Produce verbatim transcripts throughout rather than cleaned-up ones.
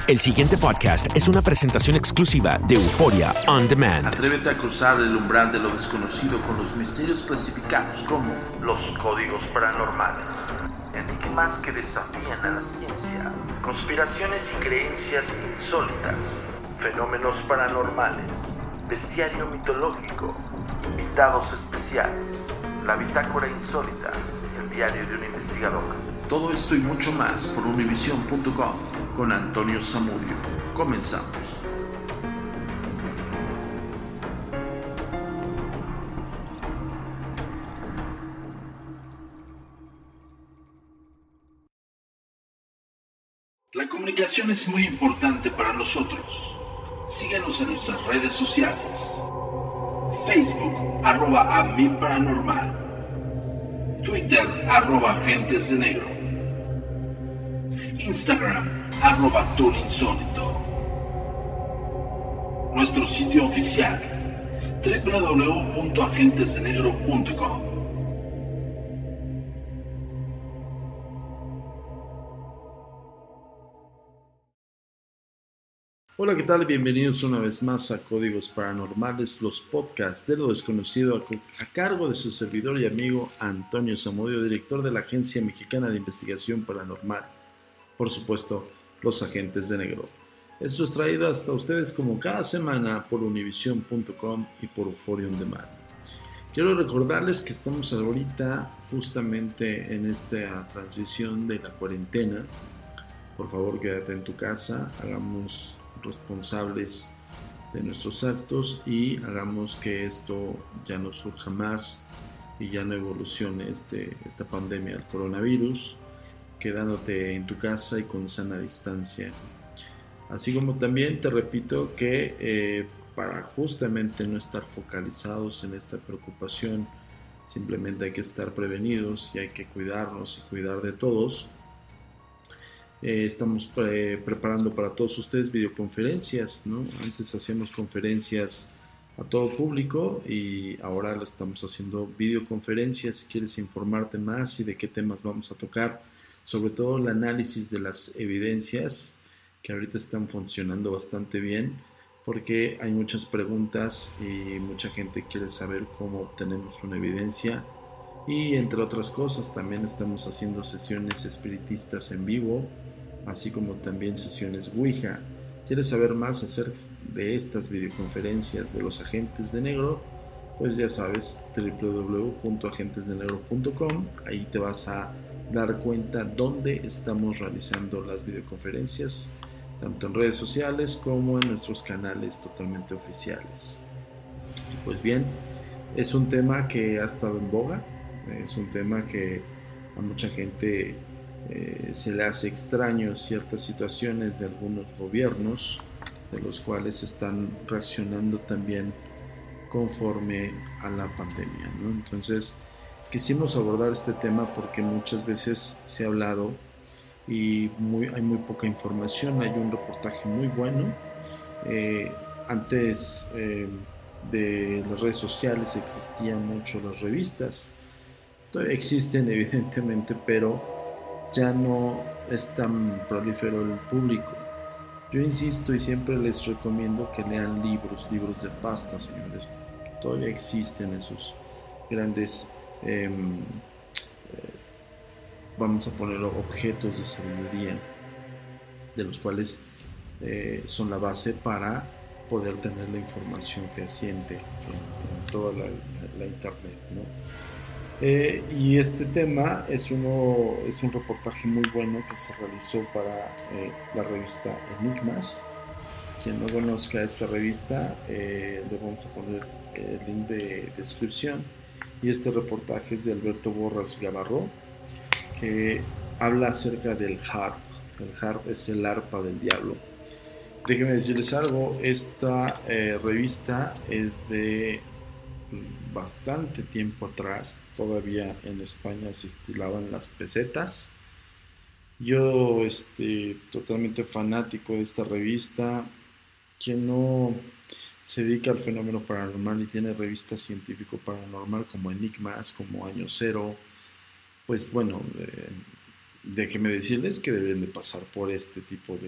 El siguiente podcast es una presentación exclusiva de Euforia On Demand. Atrévete a cruzar el umbral de lo desconocido con los misterios clasificados como los códigos paranormales, enigmas que desafían a la ciencia, conspiraciones y creencias insólitas, fenómenos paranormales, bestiario mitológico, invitados especiales, la bitácora insólita, el diario de un investigador. Todo esto y mucho más por univision punto com con Antonio Zamudio. Comenzamos. La comunicación es muy importante para nosotros. Síguenos en nuestras redes sociales. Facebook, arroba a mi paranormal. Twitter, arroba agentes de negro. Instagram, arroba tour insólito. Nuestro sitio oficial, doble u doble u doble u punto agentes de negro punto com. Hola, ¿qué tal? Bienvenidos una vez más a Códigos Paranormales, los podcasts de lo desconocido a cargo de su servidor y amigo Antonio Zamudio, director de la Agencia Mexicana de Investigación Paranormal. Por supuesto, los agentes de negro. Esto es traído hasta ustedes como cada semana por univision punto com y por Euforia On Demand. Quiero recordarles que estamos ahorita justamente en esta transición de la cuarentena. Por favor, quédate en tu casa, hagamos responsables de nuestros actos y hagamos que esto ya no surja más y ya no evolucione este, esta pandemia del coronavirus, quedándote en tu casa y con sana distancia. Así como también te repito que eh, para justamente no estar focalizados en esta preocupación, simplemente hay que estar prevenidos y hay que cuidarnos y cuidar de todos. Eh, estamos pre- preparando para todos ustedes videoconferencias, ¿no? Antes hacíamos conferencias a todo público y ahora lo estamos haciendo videoconferencias. Si quieres informarte más y de qué temas vamos a tocar, sobre todo el análisis de las evidencias que ahorita están funcionando bastante bien porque hay muchas preguntas y mucha gente quiere saber cómo obtenemos una evidencia y entre otras cosas también estamos haciendo sesiones espiritistas en vivo, así como también sesiones Ouija. ¿Quieres saber más acerca de estas videoconferencias de los agentes de negro? Pues ya sabes, doble u doble u doble u punto agentes de negro punto com. Ahí te vas a dar cuenta dónde estamos realizando las videoconferencias, tanto en redes sociales como en nuestros canales totalmente oficiales. Y pues bien, es un tema que ha estado en boga, es un tema que a mucha gente eh, se le hace extraño ciertas situaciones de algunos gobiernos, de los cuales están reaccionando también conforme a la pandemia, ¿no? Entonces, quisimos abordar este tema porque muchas veces se ha hablado y muy, hay muy poca información. Hay un reportaje muy bueno. Eh, antes eh, de las redes sociales existían mucho las revistas. Todavía existen evidentemente, pero ya no es tan prolífero el público. Yo insisto y siempre les recomiendo que lean libros, libros de pasta, señores. Todavía existen esos grandes Eh, eh, vamos a ponerlo objetos de sabiduría de los cuales eh, son la base para poder tener la información fehaciente en, en toda la, la, la internet, ¿no? Eh, y este tema es, uno, es un reportaje muy bueno que se realizó para eh, la revista Enigmas. Quien no conozca esta revista, eh, le vamos a poner el link de descripción. Y este reportaje es de Alberto Borras Gavarró, que habla acerca del harp. El harp es el arpa del diablo. Déjenme decirles algo, esta eh, revista es de bastante tiempo atrás. Todavía en España se estilaban las pesetas. Yo, este, totalmente fanático de esta revista. Quien no se dedica al fenómeno paranormal y tiene revistas científico paranormal como Enigmas, como Año Cero, pues bueno, eh, déjenme decirles que deben de pasar por este tipo de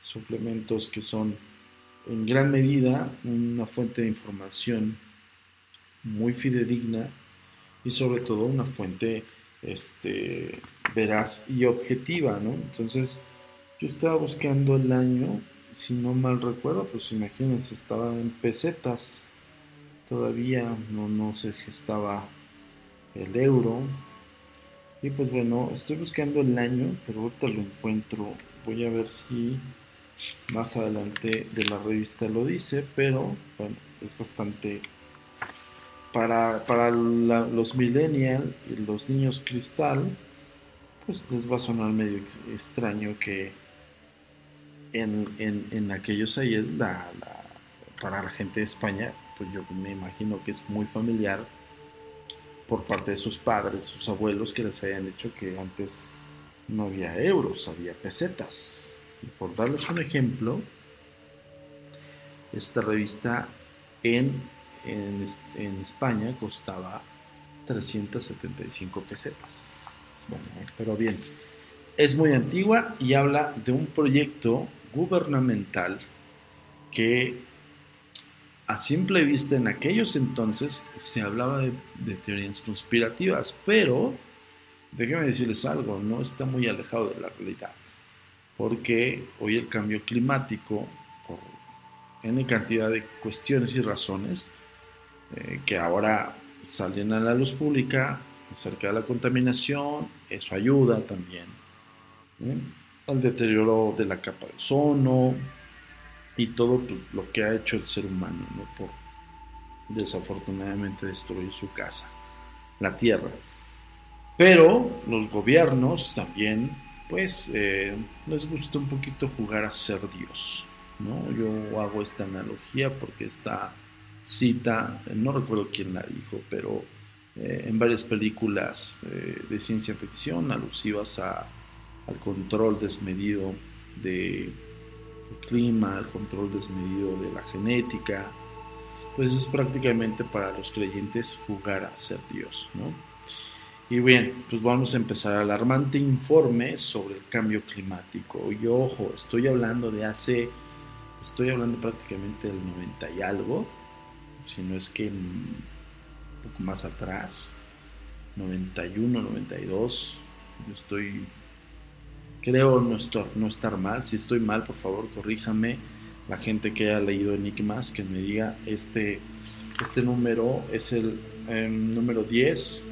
suplementos que son en gran medida una fuente de información muy fidedigna y sobre todo una fuente este, veraz y objetiva, ¿no? Entonces yo estaba buscando el año, si no mal recuerdo, pues imagínense, estaba en pesetas, todavía no, no se gestaba el euro. Y pues bueno, estoy buscando el año, pero ahorita lo encuentro. Voy a ver si más adelante de la revista lo dice, pero bueno, es bastante... Para, para la, los millennials y los niños cristal, pues les va a sonar medio ex, extraño que en, en, en aquellos ayer, la, la, para la gente de España, pues yo me imagino que es muy familiar por parte de sus padres, sus abuelos, que les hayan dicho que antes no había euros, había pesetas. Y por darles un ejemplo, esta revista en En, en España costaba trescientas setenta y cinco pesetas. Bueno, pero bien, es muy antigua y habla de un proyecto gubernamental que a simple vista en aquellos entonces se hablaba de, de teorías conspirativas, pero déjenme decirles algo, no está muy alejado de la realidad, porque hoy el cambio climático, por N cantidad de cuestiones y razones, Eh, que ahora salen a la luz pública acerca de la contaminación, eso ayuda también, ¿eh? al deterioro de la capa de ozono y todo pues, lo que ha hecho el ser humano, ¿no? Por desafortunadamente destruir su casa, la tierra. Pero los gobiernos también pues eh, les gusta un poquito jugar a ser Dios, ¿no? Yo hago esta analogía porque está cita, no recuerdo quién la dijo, pero eh, en varias películas eh, de ciencia ficción alusivas a, al control desmedido del clima, al control desmedido de la genética, pues es prácticamente para los creyentes jugar a ser Dios, ¿no? Y bien, pues vamos a empezar. Alarmante informe sobre el cambio climático. Y ojo, estoy hablando de hace, estoy hablando prácticamente del noventa y algo, si no es que un poco más atrás, noventa y uno, noventa y dos, yo estoy, creo no estar, no estar mal. Si estoy mal, por favor, corríjame. La gente que haya leído Enigmas, que me diga, este, este número es el eh, número diez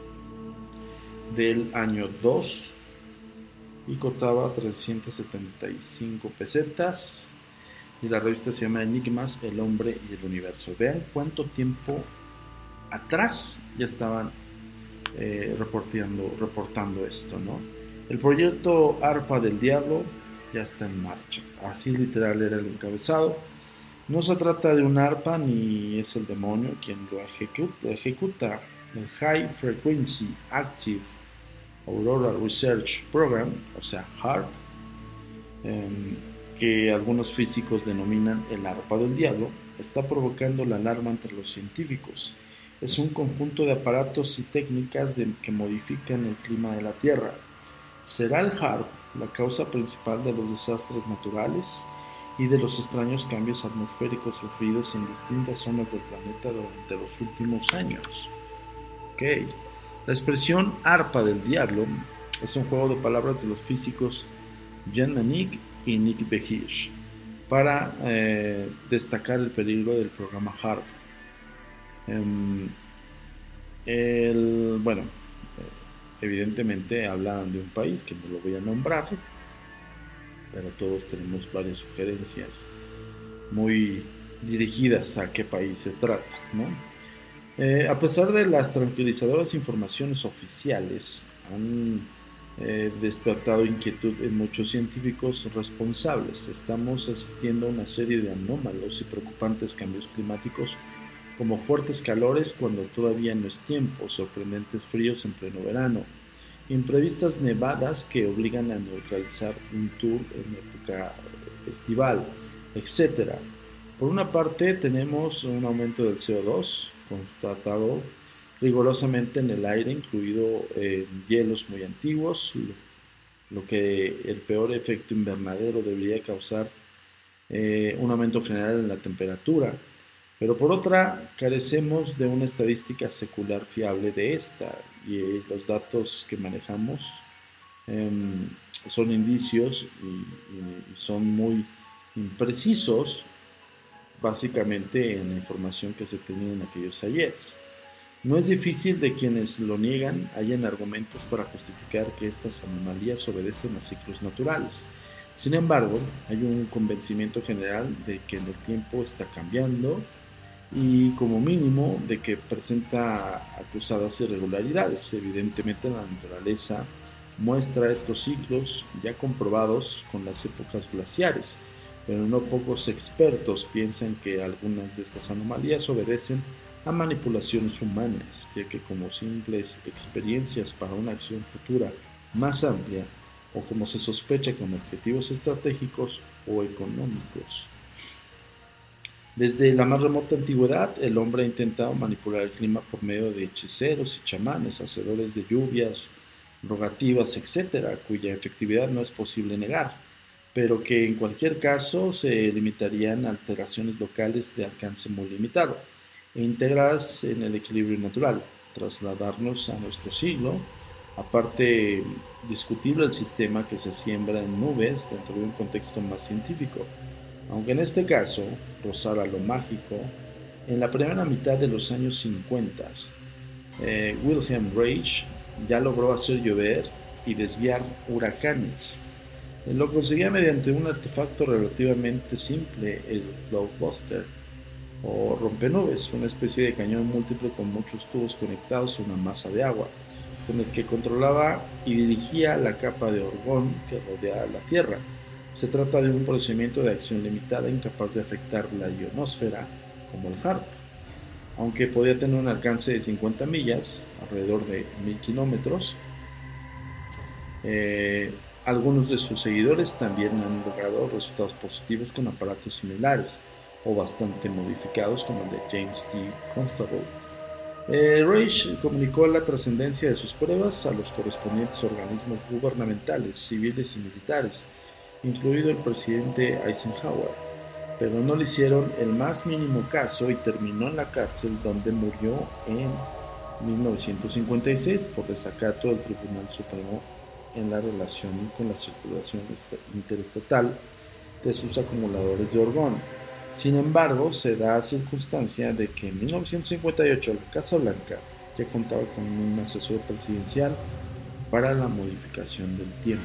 del año dos y costaba trescientas setenta y cinco pesetas. Y la revista se llama Enigmas, el hombre y el universo. Vean cuánto tiempo atrás ya estaban eh, reportando, reportando esto, ¿no? El proyecto Arpa del Diablo ya está en marcha. Así literal era el encabezado. No se trata de un arpa ni es el demonio quien lo ejecuta. ejecuta. El High Frequency Active Aurora Research Program, o sea, HAARP, eh, que algunos físicos denominan el arpa del diablo, está provocando la alarma entre los científicos. Es un conjunto de aparatos y técnicas de, que modifican el clima de la Tierra. ¿Será el HAARP la causa principal de los desastres naturales y de los extraños cambios atmosféricos sufridos en distintas zonas del planeta durante los últimos años? Ok. La expresión arpa del diablo es un juego de palabras de los físicos Jan Manik y Nick Behish para eh, destacar el peligro del programa HAARP. Um, el, bueno, evidentemente hablan de un país que no lo voy a nombrar, pero todos tenemos varias sugerencias muy dirigidas a qué país se trata, ¿no? Eh, a pesar de las tranquilizadoras informaciones oficiales, han eh, despertado inquietud en muchos científicos responsables. Estamos asistiendo a una serie de anómalos y preocupantes cambios climáticos, como fuertes calores cuando todavía no es tiempo, sorprendentes fríos en pleno verano, imprevistas nevadas que obligan a neutralizar un tour en época estival, etcétera. Por una parte tenemos un aumento del C O dos constatado rigurosamente en el aire, incluido eh, hielos muy antiguos, lo que el peor efecto invernadero debería causar eh, un aumento general en la temperatura. Pero por otra, carecemos de una estadística secular fiable de esta, y eh, los datos que manejamos eh, son indicios y, y son muy imprecisos, básicamente en la información que se tenía en aquellos ayeres. No es difícil de quienes lo niegan hayan argumentos para justificar que estas anomalías obedecen a ciclos naturales. Sin embargo, hay un convencimiento general de que el tiempo está cambiando y como mínimo de que presenta acusadas irregularidades. Evidentemente la naturaleza muestra estos ciclos ya comprobados con las épocas glaciares, pero no pocos expertos piensan que algunas de estas anomalías obedecen a manipulaciones humanas, ya que como simples experiencias para una acción futura más amplia, o como se sospecha con objetivos estratégicos o económicos. Desde la más remota antigüedad, el hombre ha intentado manipular el clima por medio de hechiceros y chamanes, hacedores de lluvias, rogativas, etcétera, cuya efectividad no es posible negar, pero que en cualquier caso se limitarían a alteraciones locales de alcance muy limitado e integradas en el equilibrio natural. Trasladarnos a nuestro siglo, aparte discutible el sistema que se siembra en nubes dentro de un contexto más científico, aunque en este caso rozara lo mágico. En la primera mitad de los años cincuenta, eh, Wilhelm Reich ya logró hacer llover y desviar huracanes. Lo conseguía mediante un artefacto relativamente simple, el Cloudbuster, o rompenubes, una especie de cañón múltiple con muchos tubos conectados a una masa de agua, con el que controlaba y dirigía la capa de orgón que rodea la Tierra. Se trata de un procedimiento de acción limitada incapaz de afectar la ionosfera, como el HAARP. Aunque podía tener un alcance de cincuenta millas, alrededor de mil kilómetros, eh, algunos de sus seguidores también han logrado resultados positivos con aparatos similares o bastante modificados, como el de James T. Constable. Eh, Reich comunicó la trascendencia de sus pruebas a los correspondientes organismos gubernamentales, civiles y militares, incluido el presidente Eisenhower, pero no le hicieron el más mínimo caso y terminó en la cárcel, donde murió en mil novecientos cincuenta y seis por desacato del Tribunal Supremo en la relación con la circulación interestatal de sus acumuladores de orgón. Sin embargo, se da la circunstancia de que en mil novecientos cincuenta y ocho la Casa Blanca ya contaba con un asesor presidencial para la modificación del tiempo.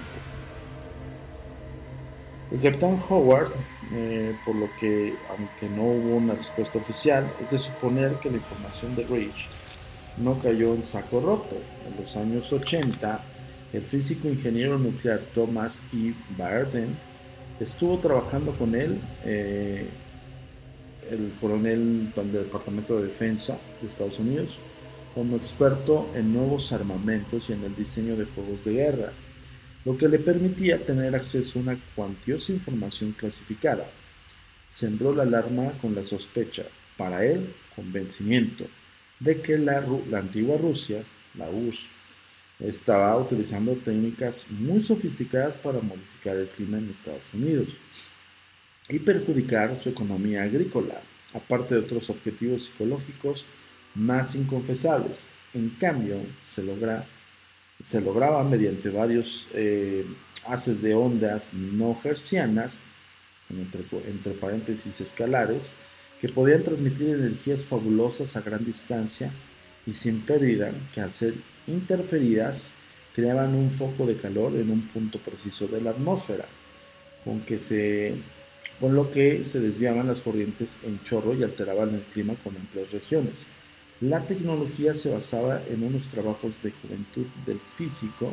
El capitán Howard, eh, por lo que, aunque no hubo una respuesta oficial, es de suponer que la información de Reich no cayó en saco roto. En los años ochenta, el físico ingeniero nuclear Thomas E. Barden estuvo trabajando con él, eh, el coronel del Departamento de Defensa de Estados Unidos, como experto en nuevos armamentos y en el diseño de juegos de guerra, lo que le permitía tener acceso a una cuantiosa información clasificada. Sembró la alarma con la sospecha, para él, convencimiento, de que la, la antigua Rusia, la U R S S, estaba utilizando técnicas muy sofisticadas para modificar el clima en Estados Unidos y perjudicar su economía agrícola, aparte de otros objetivos psicológicos más inconfesables. En cambio, se, logra, se lograba mediante varios eh, haces de ondas no hertzianas, entre, entre paréntesis escalares, que podían transmitir energías fabulosas a gran distancia y sin pérdida, que al ser interferidas creaban un foco de calor en un punto preciso de la atmósfera, con, que se, con lo que se desviaban las corrientes en chorro y alteraban el clima con amplias regiones. La tecnología se basaba en unos trabajos de juventud del físico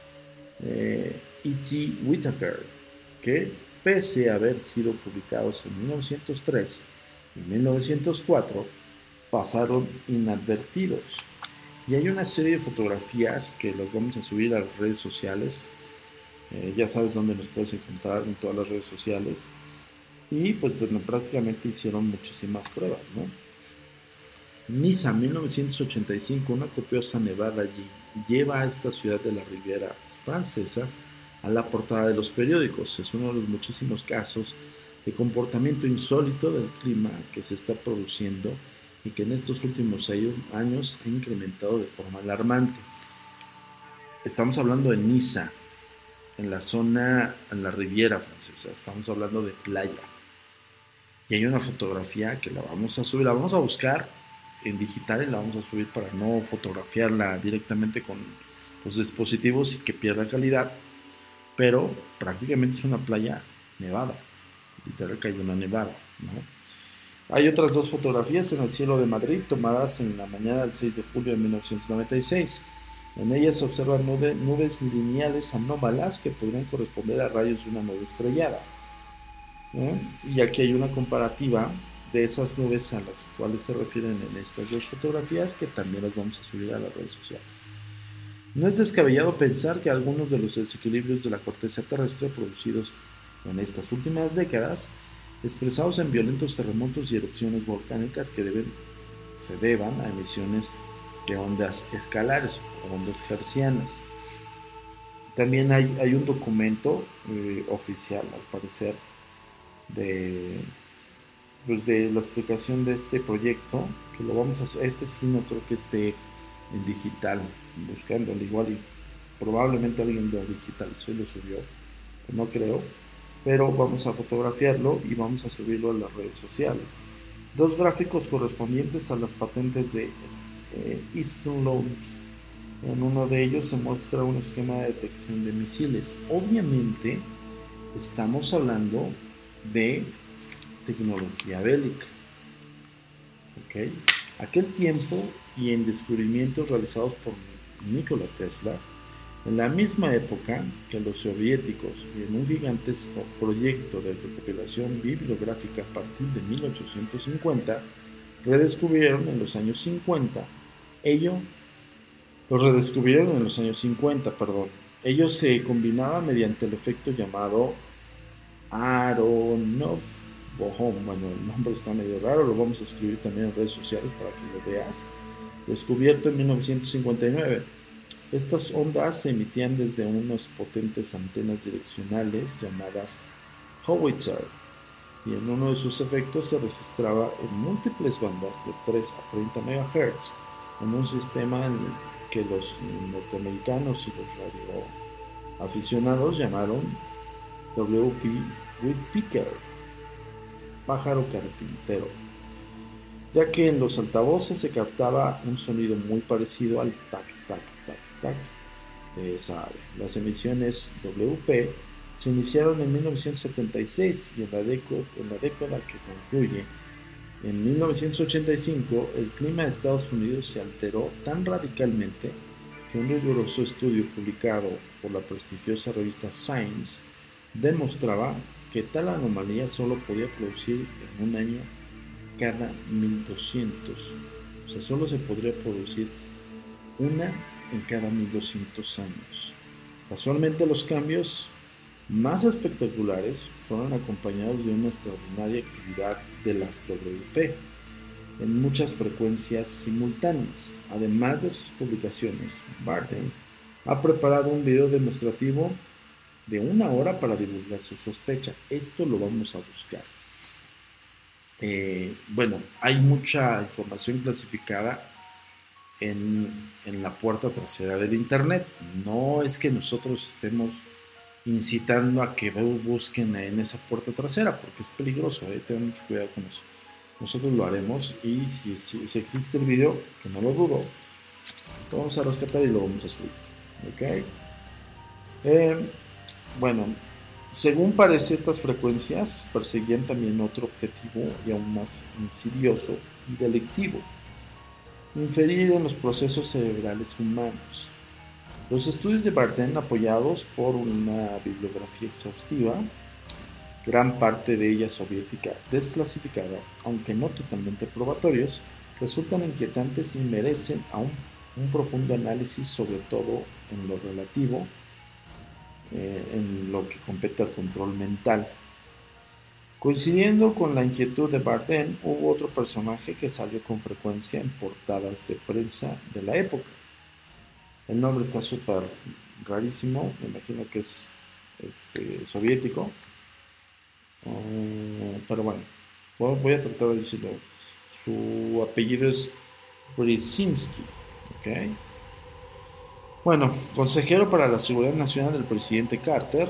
eh, E T Whittaker, que pese a haber sido publicados en mil novecientos tres y mil novecientos cuatro, pasaron inadvertidos. Y hay una serie de fotografías que las vamos a subir a las redes sociales. Eh, ya sabes dónde nos puedes encontrar, en todas las redes sociales. Y pues, pues prácticamente hicieron muchísimas pruebas, ¿no? Niza, mil novecientos ochenta y cinco, una copiosa nevada allí lleva a esta ciudad de la Riviera Francesa a la portada de los periódicos. Es uno de los muchísimos casos de comportamiento insólito del clima que se está produciendo y que en estos últimos años ha incrementado de forma alarmante. Estamos hablando de Niza, en la zona, en la Riviera Francesa, estamos hablando de playa. Y hay una fotografía que la vamos a subir, la vamos a buscar en digital y la vamos a subir para no fotografiarla directamente con los dispositivos y que pierda calidad, pero prácticamente es una playa nevada, literal que hay una nevada, ¿no? Hay otras dos fotografías en el cielo de Madrid tomadas en la mañana del seis de julio de mil novecientos noventa y seis. En ellas se observan nube, nubes lineales anómalas que podrían corresponder a rayos de una nube estrellada, ¿eh? Y aquí hay una comparativa de esas nubes a las cuales se refieren en estas dos fotografías, que también las vamos a subir a las redes sociales. No es descabellado pensar que algunos de los desequilibrios de la corteza terrestre producidos en estas últimas décadas, expresados en violentos terremotos y erupciones volcánicas, que deben, se deban a emisiones de ondas escalares o ondas hertzianas. También hay, hay un documento eh, oficial, al parecer, de, pues de la explicación de este proyecto, que lo vamos a, este sí no creo que esté en digital, buscándolo igual y probablemente alguien lo digitalizó y lo subió, no creo, pero vamos a fotografiarlo y vamos a subirlo a las redes sociales. Dos gráficos correspondientes a las patentes de eh, Easton Load. En uno de ellos se muestra un esquema de detección de misiles. Obviamente estamos hablando de tecnología bélica, ¿ok? Aquel tiempo y en descubrimientos realizados por Nikola Tesla, en la misma época que los soviéticos, y en un gigantesco proyecto de recopilación bibliográfica a partir de mil ochocientos cincuenta, redescubrieron en los años cincuenta, ello, los redescubrieron en los años cincuenta, perdón, ello se combinaba mediante el efecto llamado Aronov-Bohm. Bueno, el nombre está medio raro, lo vamos a escribir también en redes sociales para que lo veas. Descubierto en mil novecientos cincuenta y nueve. Estas ondas se emitían desde unas potentes antenas direccionales llamadas howitzer, y en uno de sus efectos se registraba en múltiples bandas de tres a treinta megahertz, en un sistema en el que los norteamericanos y los radioaficionados llamaron W P Woodpecker, pájaro carpintero, ya que en los altavoces se captaba un sonido muy parecido al tac tac tac tac de esa ave. Las emisiones W P se iniciaron en mil novecientos setenta y seis y en la, deco, en la década que concluye, en mil novecientos ochenta y cinco, el clima de Estados Unidos se alteró tan radicalmente que un riguroso estudio publicado por la prestigiosa revista Science demostraba que tal anomalía solo podía producir en un año cada mil doscientos. O sea, solo se podría producir una en cada mil doscientos años. Casualmente, los cambios más espectaculares fueron acompañados de una extraordinaria actividad de las W P en muchas frecuencias simultáneas. Además de sus publicaciones, Bardeen ha preparado un video demostrativo de una hora para divulgar su sospecha. Esto lo vamos a buscar. Eh, bueno, hay mucha información clasificada en, en la puerta trasera del internet. No es que nosotros estemos incitando a que busquen en esa puerta trasera, porque es peligroso, ¿eh? Tengan mucho cuidado con eso. Nosotros lo haremos, y si, si, si existe el video, que no lo dudo, lo vamos a rescatar y lo vamos a subir, ¿ok? Eh, bueno, según parece, estas frecuencias perseguían también otro objetivo y aún más insidioso y delictivo: inferir en los procesos cerebrales humanos. Los estudios de Bardeen, apoyados por una bibliografía exhaustiva, gran parte de ella soviética desclasificada, aunque no totalmente probatorios, resultan inquietantes y merecen aún un profundo análisis, sobre todo en lo relativo, eh, en lo que compete al control mental. Coincidiendo con la inquietud de Bardeen, hubo otro personaje que salió con frecuencia en portadas de prensa de la época. El nombre está súper rarísimo, me imagino que es este, soviético. Uh, pero bueno, voy a tratar de decirlo. Su apellido es Brzezinski, ¿ok? Bueno, consejero para la seguridad nacional del presidente Carter,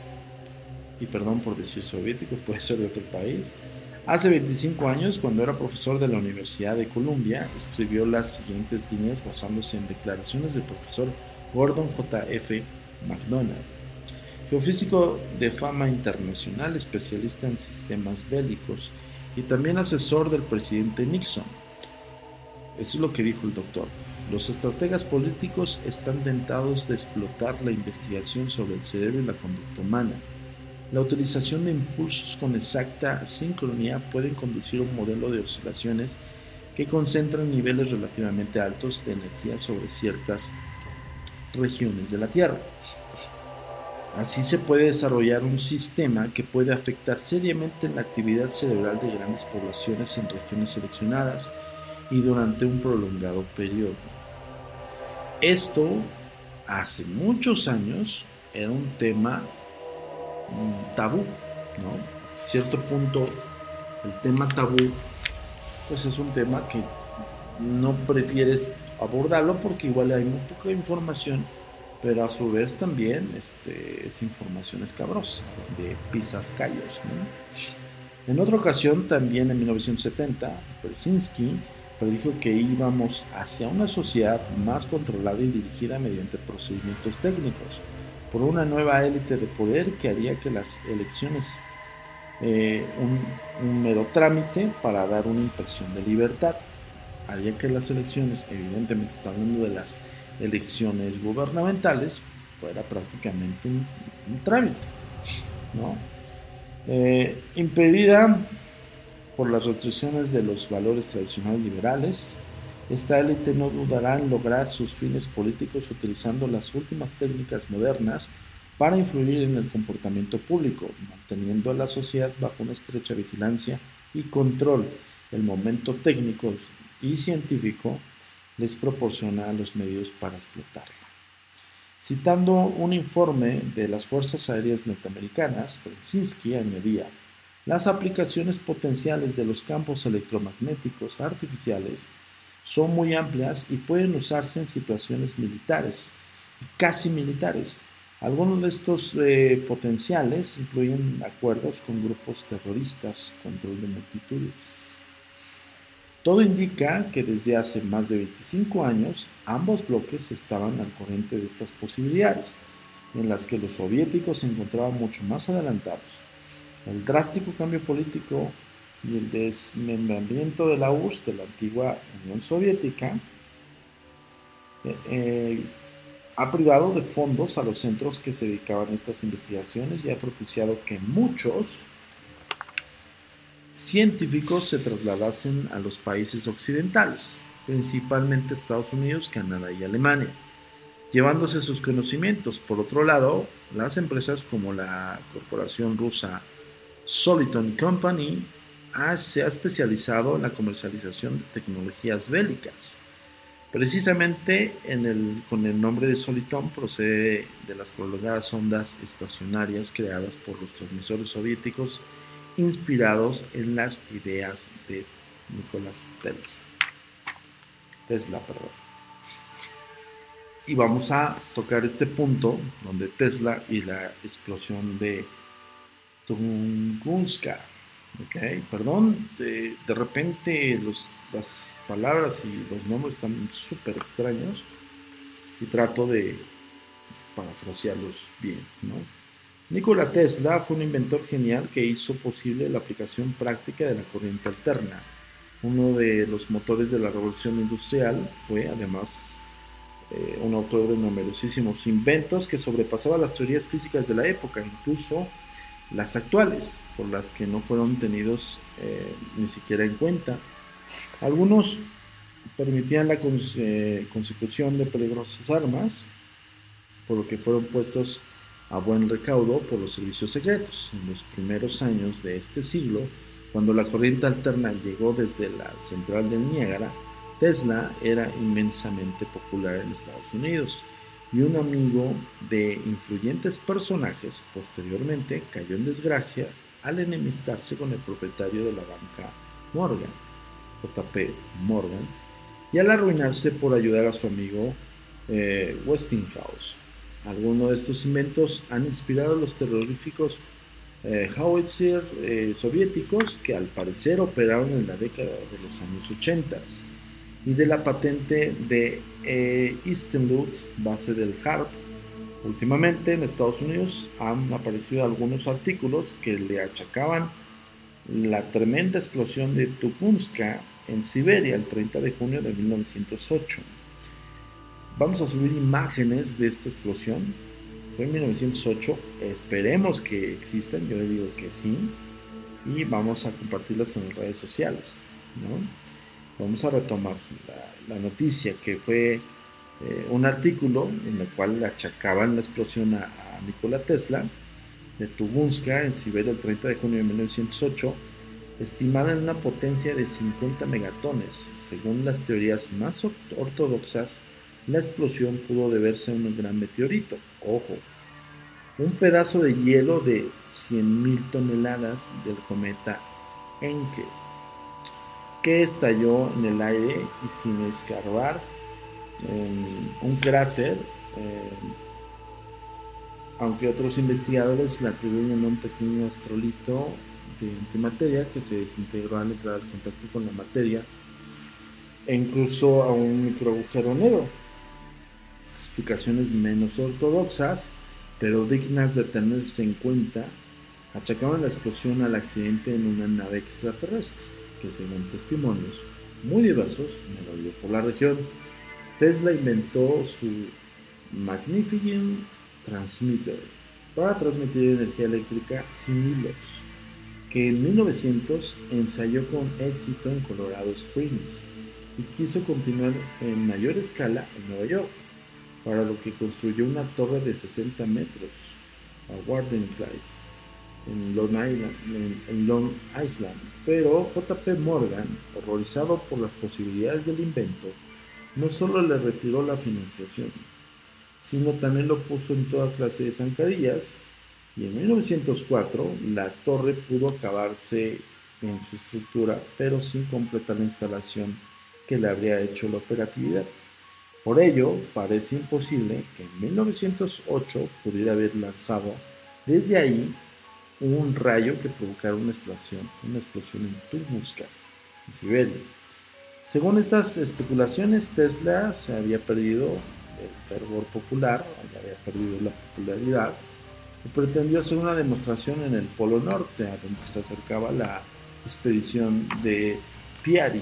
y perdón por decir soviético, puede ser de otro país. Hace veinticinco años, cuando era profesor de la Universidad de Columbia, escribió las siguientes líneas basándose en declaraciones del profesor Gordon J F McDonald, geofísico de fama internacional, especialista en sistemas bélicos y también asesor del presidente Nixon. Eso es lo que dijo el doctor. Los estrategas políticos están tentados de explotar la investigación sobre el cerebro y la conducta humana. La utilización de impulsos con exacta sincronía pueden conducir a un modelo de oscilaciones que concentran niveles relativamente altos de energía sobre ciertas regiones de la Tierra. Así se puede desarrollar un sistema que puede afectar seriamente la actividad cerebral de grandes poblaciones en regiones seleccionadas y durante un prolongado periodo. Esto, hace muchos años, era un tema un tabú, ¿no? Hasta cierto punto, el tema tabú, pues es un tema que no prefieres abordarlo porque igual hay muy poca información, pero a su vez también este, es información escabrosa, de pisas callos, ¿no? En otra ocasión, también en mil novecientos setenta, Brzezinski predijo que íbamos hacia una sociedad más controlada y dirigida mediante procedimientos técnicos, por una nueva élite de poder que haría que las elecciones eh, un, un mero trámite para dar una impresión de libertad. Haría que las elecciones, evidentemente está hablando de las elecciones gubernamentales, fuera prácticamente un, un trámite, ¿no? Eh, impedida por las restricciones de los valores tradicionales liberales, esta élite no dudará en lograr sus fines políticos utilizando las últimas técnicas modernas para influir en el comportamiento público, manteniendo a la sociedad bajo una estrecha vigilancia y control. El momento técnico y científico les proporciona los medios para explotarla. Citando un informe de las Fuerzas Aéreas Norteamericanas, Brzezinski añadía: las aplicaciones potenciales de los campos electromagnéticos artificiales son muy amplias y pueden usarse en situaciones militares y casi militares. Algunos de estos eh, potenciales incluyen acuerdos con grupos terroristas, control de multitudes. Todo indica que desde hace más de veinticinco años ambos bloques estaban al corriente de estas posibilidades, en las que los soviéticos se encontraban mucho más adelantados. El drástico cambio político y el desmembramiento de la U R S S, de la antigua Unión Soviética, eh, eh, ha privado de fondos a los centros que se dedicaban a estas investigaciones y ha propiciado que muchos científicos se trasladasen a los países occidentales, principalmente Estados Unidos, Canadá y Alemania, llevándose sus conocimientos. Por otro lado, las empresas como la corporación rusa Soliton Company ha, se ha especializado en la comercialización de tecnologías bélicas. Precisamente en el, con el nombre de Soliton procede de las prolongadas ondas estacionarias creadas por los transmisores soviéticos, inspirados en las ideas de Nikola Tesla. Tesla, perdón. Y vamos a tocar este punto donde Tesla y la explosión de Tunguska. Ok, perdón, de, de repente los, las palabras y los nombres están súper extraños y trato de parafrasearlos bien, ¿no? Nikola Tesla fue un inventor genial que hizo posible la aplicación práctica de la corriente alterna. Uno de los motores de la revolución industrial. Fue además eh, un autor de numerosísimos inventos que sobrepasaban las teorías físicas de la época, incluso las actuales, por las que no fueron tenidos eh, ni siquiera en cuenta. Algunos permitían la cons- eh, consecución de peligrosas armas, por lo que fueron puestos a buen recaudo por los servicios secretos. En los primeros años de este siglo, cuando la corriente alterna llegó desde la central del Niágara, Tesla era inmensamente popular en Estados Unidos y un amigo de influyentes personajes posteriormente cayó en desgracia al enemistarse con el propietario de la banca Morgan, J P Morgan, y al arruinarse por ayudar a su amigo eh, Westinghouse. Algunos de estos inventos han inspirado a los terroríficos eh, howitzer eh, soviéticos que al parecer operaron en la década de los años ochenta, y de la patente de eh, Isenlutz, base del HARP. Últimamente en Estados Unidos han aparecido algunos artículos que le achacaban la tremenda explosión de Tupunska en Siberia el treinta de junio de mil novecientos ocho. Vamos a subir imágenes de esta explosión. Fue en mil novecientos ocho, esperemos que existan, yo le digo que sí, y vamos a compartirlas en las redes sociales, ¿no? Vamos a retomar la, la noticia, que fue eh, un artículo en el cual le achacaban la explosión a, a Nikola Tesla de Tunguska en Siberia el treinta de junio de mil novecientos ocho, estimada en una potencia de cincuenta megatones. Según las teorías más ortodoxas, la explosión pudo deberse a un gran meteorito. Ojo, un pedazo de hielo de cien mil toneladas del cometa Encke, que estalló en el aire y sin escarbar en un cráter, eh, aunque otros investigadores le atribuyen a un pequeño astrolito de antimateria que se desintegró al entrar en contacto con la materia, e incluso a un microagujero negro. Explicaciones menos ortodoxas, pero dignas de tenerse en cuenta, achacaban la explosión al accidente en una nave extraterrestre, que según testimonios muy diversos, merodeó por la región. Tesla inventó su Magnificent Transmitter para transmitir energía eléctrica sin hilos, que en mil novecientos ensayó con éxito en Colorado Springs y quiso continuar en mayor escala en Nueva York, para lo que construyó una torre de sesenta metros a Wardenclyffe en Long Island, en, en Long Island. Pero J P Morgan, horrorizado por las posibilidades del invento, no solo le retiró la financiación, sino también lo puso en toda clase de zancadillas, y en mil novecientos cuatro la torre pudo acabarse en su estructura, pero sin completar la instalación que le habría hecho la operatividad. Por ello, parece imposible que en mil novecientos ocho pudiera haber lanzado desde ahí un rayo que provocara una explosión, una explosión en Tunguska, en Siberia. Según estas especulaciones, Tesla se había perdido el fervor popular, había perdido la popularidad, y pretendió hacer una demostración en el Polo Norte, a donde se acercaba la expedición de Peary,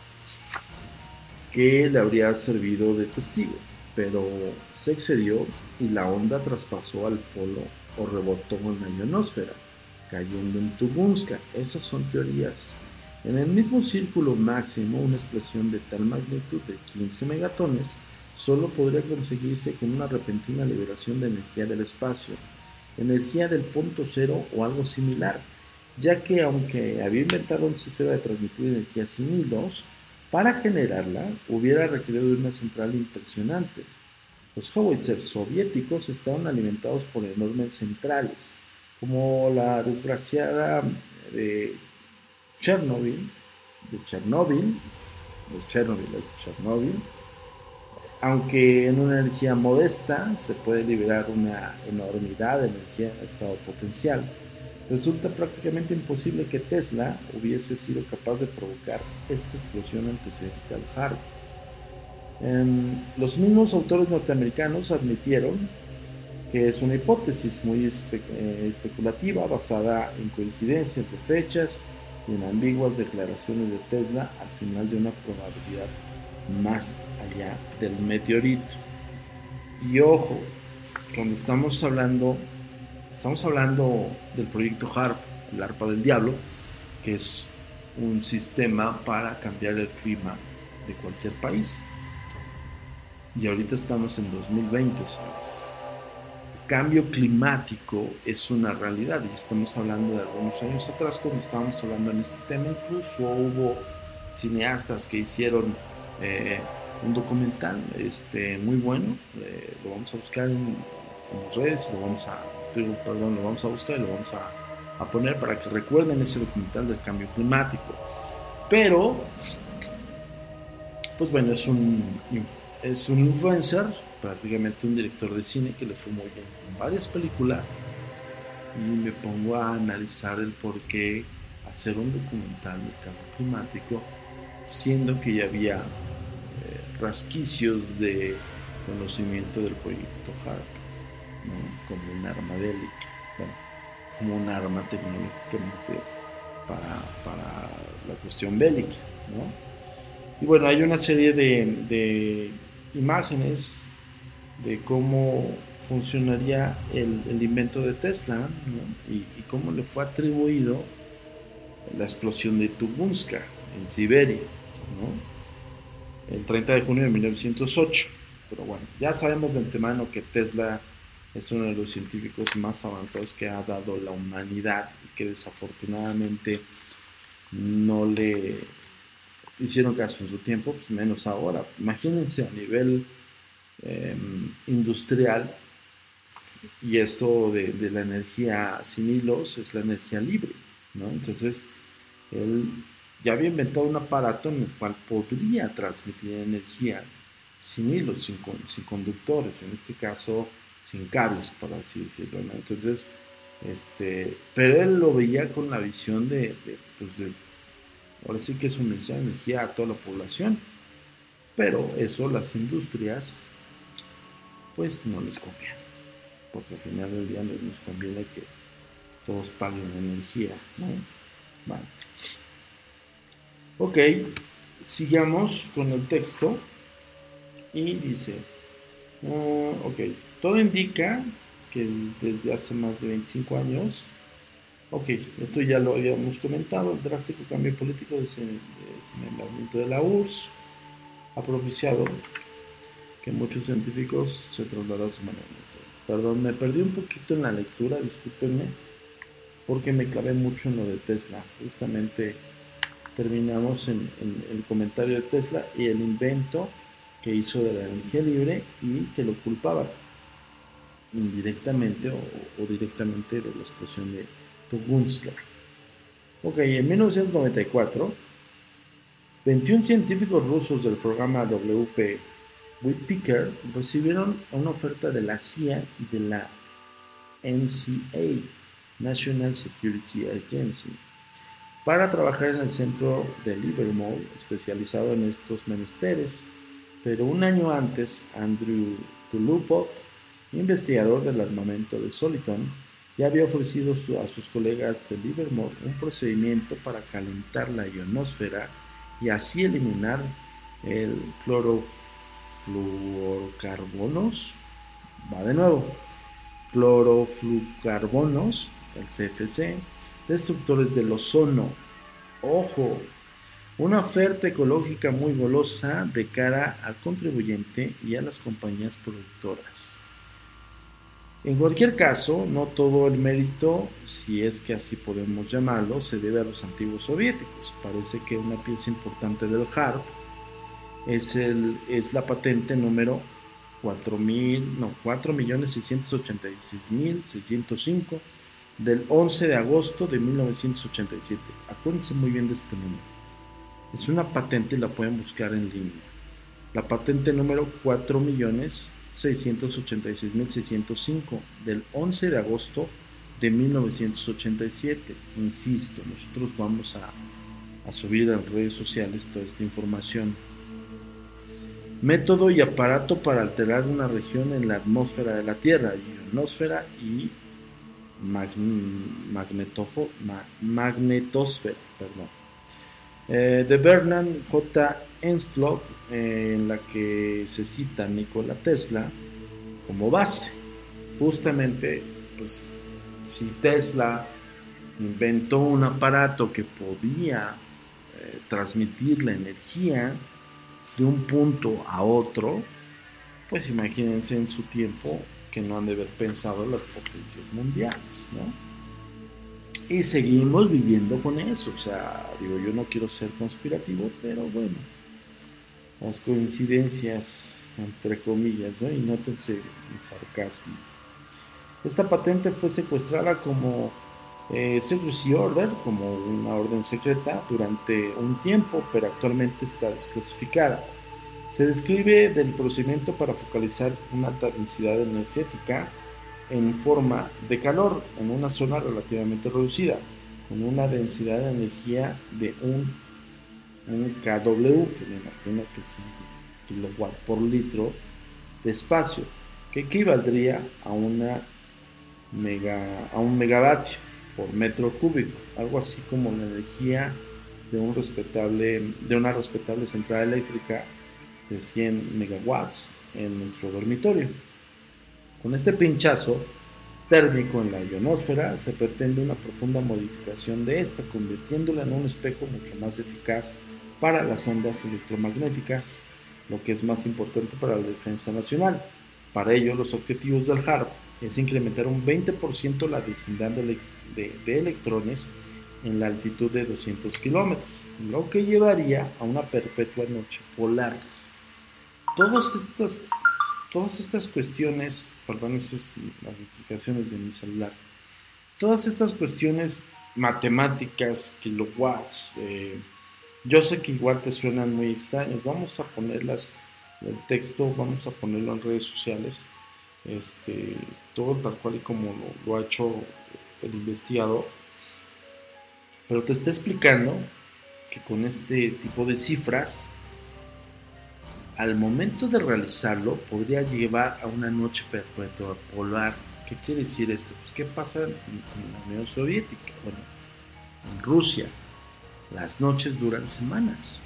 que le habría servido de testigo, pero se excedió y la onda traspasó al polo o rebotó en la ionosfera, cayendo en Tunguska. Esas son teorías. En el mismo círculo máximo, una explosión de tal magnitud de quince megatones solo podría conseguirse con una repentina liberación de energía del espacio, energía del punto cero o algo similar, ya que aunque había inventado un sistema de transmitir energía sin hilos, para generarla hubiera requerido de una central impresionante. Los howitzers soviéticos estaban alimentados por enormes centrales, como la desgraciada de Chernobyl, de Chernóbil, los Chernobyl es Chernóbil, aunque en una energía modesta se puede liberar una enormidad de energía en estado potencial. Resulta prácticamente imposible que Tesla hubiese sido capaz de provocar esta explosión antecedente al HARP. Eh, los mismos autores norteamericanos admitieron que es una hipótesis muy espe eh, especulativa, basada en coincidencias de fechas y en ambiguas declaraciones de Tesla al final de una probabilidad más allá del meteorito. Y ojo, cuando estamos hablando Estamos hablando del proyecto HARP, el arpa del diablo, que es un sistema para cambiar el clima de cualquier país. Y ahorita estamos en dos mil veinte, señores. El cambio climático es una realidad y estamos hablando de algunos años atrás cuando estábamos hablando en este tema. Incluso hubo cineastas que hicieron eh, un documental este, muy bueno. Eh, lo vamos a buscar en, en las redes, lo vamos a, perdón, lo vamos a buscar y lo vamos a, a poner para que recuerden ese documental del cambio climático. Pero, pues bueno, es un, es un influencer, prácticamente un director de cine que le fue muy bien con varias películas, y me pongo a analizar el por qué hacer un documental del cambio climático, siendo que ya había eh, rasquicios de conocimiento del proyecto HARP, ¿no? Como un arma bélica, bueno, como un arma tecnológicamente para, para la cuestión bélica, ¿no? Y bueno, hay una serie de, de imágenes de cómo funcionaría el, el invento de Tesla, ¿no? y, y cómo le fue atribuido la explosión de Tunguska en Siberia, ¿no? El treinta de junio de mil novecientos ocho. Pero bueno, ya sabemos de antemano que Tesla es uno de los científicos más avanzados que ha dado la humanidad y que desafortunadamente no le hicieron caso en su tiempo, pues menos ahora. Imagínense a nivel eh, industrial, y esto de, de la energía sin hilos es la energía libre, ¿no? Entonces él ya había inventado un aparato en el cual podría transmitir energía sin hilos, sin, sin conductores, en este caso sin cables, por así decirlo, ¿no? Entonces, este, pero él lo veía con la visión de, de, pues de ahora sí que suministrar energía a toda la población, pero eso las industrias pues no les conviene, porque al final del día les conviene que todos paguen energía, ¿no? Vale. Ok, sigamos con el texto y dice, uh, ok, todo indica que desde hace más de veinticinco años, ok, esto ya lo habíamos comentado, el drástico cambio político de señalamiento de la U R S S ha propiciado que muchos científicos se trasladasen a la Perdón, me perdí un poquito en la lectura, discúlpenme, porque me clavé mucho en lo de Tesla. Justamente terminamos en, en el comentario de Tesla y el invento que hizo de la energía libre y que lo culpaba indirectamente o, o directamente de la explosión de Tunguska. Ok, en mil novecientos noventa y cuatro, veintiún científicos rusos del programa W P Whitpecker recibieron una oferta de la C I A y de la N S A, National Security Agency, para trabajar en el centro de Livermore especializado en estos menesteres. Pero un año antes, Andrew Tulupov, investigador del armamento de Soliton, ya había ofrecido a sus colegas de Livermore un procedimiento para calentar la ionosfera y así eliminar el clorofluorocarbonos, va de nuevo, clorofluorocarbonos, el C F C, destructores del ozono. Ojo, una oferta ecológica muy golosa de cara al contribuyente y a las compañías productoras. En cualquier caso, no todo el mérito, si es que así podemos llamarlo, se debe a los antiguos soviéticos. Parece que una pieza importante del HARP es, el, es la patente número cuatro millones seiscientos ochenta y seis mil seiscientos cinco del once de agosto de mil novecientos ochenta y siete. Acuérdense muy bien de este número. Es una patente y la pueden buscar en línea. La patente número cuatro millones seiscientos ochenta y seis mil seiscientos cinco del once de agosto de mil novecientos ochenta y siete. Insisto, nosotros vamos a, a subir a las redes sociales toda esta información. Método y aparato para alterar una región en la atmósfera de la Tierra, ionosfera y magnetofo, ma, magnetosfera, perdón. Eh, de Bernard J. Enslock, eh, en la que se cita Nikola Tesla como base. Justamente, pues, si Tesla inventó un aparato que podía eh, transmitir la energía de un punto a otro, pues imagínense en su tiempo que no han de haber pensado en las potencias mundiales, ¿no? Y seguimos viviendo con eso. O sea, digo, yo no quiero ser conspirativo, pero bueno, las coincidencias, entre comillas, ¿no? Y nótense el sarcasmo. Esta patente fue secuestrada como eh, Secrecy Order, como una orden secreta, durante un tiempo, pero actualmente está desclasificada. Se describe del procedimiento para focalizar una alta densidad energética en forma de calor en una zona relativamente reducida, con una densidad de energía de un, un kilowatt, que me imagino que es un kilowatt por litro de espacio, que equivaldría a, una mega, a un megavatio por metro cúbico, algo así como la energía de, un respetable, de una respetable central eléctrica de cien megawatts en nuestro dormitorio. Con este pinchazo térmico en la ionosfera se pretende una profunda modificación de esta, convirtiéndola en un espejo mucho más eficaz para las ondas electromagnéticas, lo que es más importante para la defensa nacional. Para ello, los objetivos del HAARP es incrementar un veinte por ciento la densidad de, de, de electrones en la altitud de doscientos kilómetros, lo que llevaría a una perpetua noche polar. Todas estas, todas estas cuestiones, perdón, esas las notificaciones de mi celular, todas estas cuestiones matemáticas, kilowatts, eh, yo sé que igual te suenan muy extraños. Vamos a ponerlas, el texto, vamos a ponerlo en redes sociales, este, todo tal cual y como lo, lo ha hecho el investigador, pero te está explicando que con este tipo de cifras, al momento de realizarlo, podría llevar a una noche perpetua polar. ¿Qué quiere decir esto? Pues, ¿qué pasa en, en la Unión Soviética? Bueno, en Rusia, las noches duran semanas.